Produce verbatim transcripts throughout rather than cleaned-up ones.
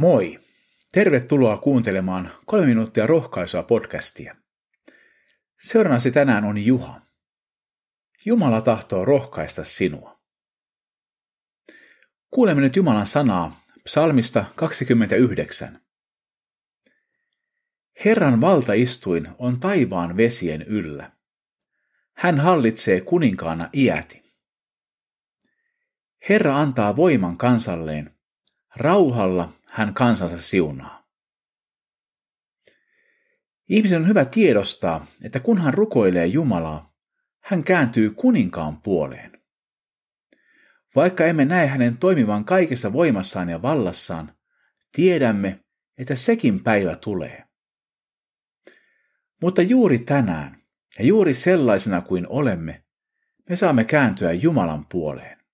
Moi! Tervetuloa kuuntelemaan kolme minuuttia rohkaisua podcastia. Seurannasi tänään on Juha. Jumala tahtoo rohkaista sinua. Kuulemme nyt Jumalan sanaa psalmista kaksikymmentäyhdeksän. Herran valtaistuin on taivaan vesien yllä. Hän hallitsee kuninkaana iäti. Herra antaa voiman kansalleen. Rauhalla hän kansansa siunaa. Ihmisen on hyvä tiedostaa, että kun hän rukoilee Jumalaa, hän kääntyy kuninkaan puoleen. Vaikka emme näe hänen toimivan kaikessa voimassaan ja vallassaan, tiedämme, että sekin päivä tulee. Mutta juuri tänään ja juuri sellaisena kuin olemme, me saamme kääntyä Jumalan puoleen.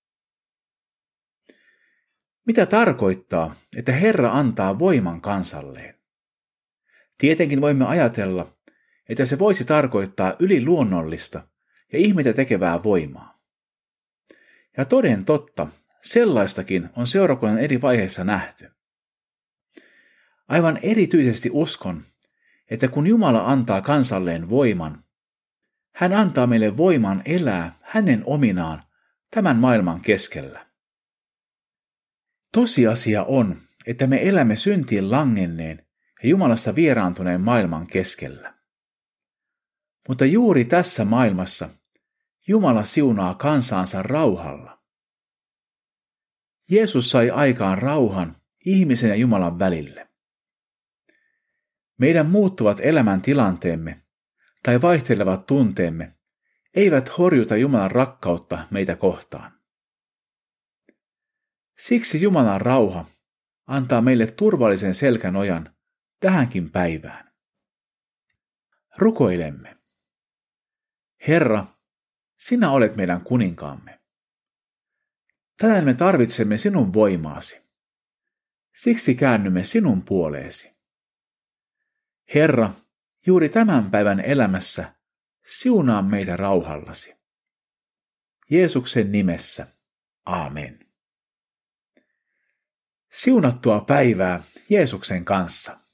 Mitä tarkoittaa, että Herra antaa voiman kansalleen? Tietenkin voimme ajatella, että se voisi tarkoittaa yliluonnollista ja ihmettä tekevää voimaa. Ja toden totta, sellaistakin on seurakunnan eri vaiheissa nähty. Aivan erityisesti uskon, että kun Jumala antaa kansalleen voiman, hän antaa meille voiman elää hänen ominaan tämän maailman keskellä. Tosiasia on, että me elämme syntiin langenneen ja Jumalasta vieraantuneen maailman keskellä. Mutta juuri tässä maailmassa Jumala siunaa kansaansa rauhalla. Jeesus sai aikaan rauhan ihmisen ja Jumalan välille. Meidän muuttuvat elämäntilanteemme tai vaihtelevat tunteemme eivät horjuta Jumalan rakkautta meitä kohtaan. Siksi Jumalan rauha antaa meille turvallisen selkänojan tähänkin päivään. Rukoilemme. Herra, sinä olet meidän kuninkaamme. Tänään me tarvitsemme sinun voimaasi. Siksi käännymme sinun puoleesi. Herra, juuri tämän päivän elämässä siunaa meitä rauhallasi. Jeesuksen nimessä. Aamen. Siunattua päivää Jeesuksen kanssa.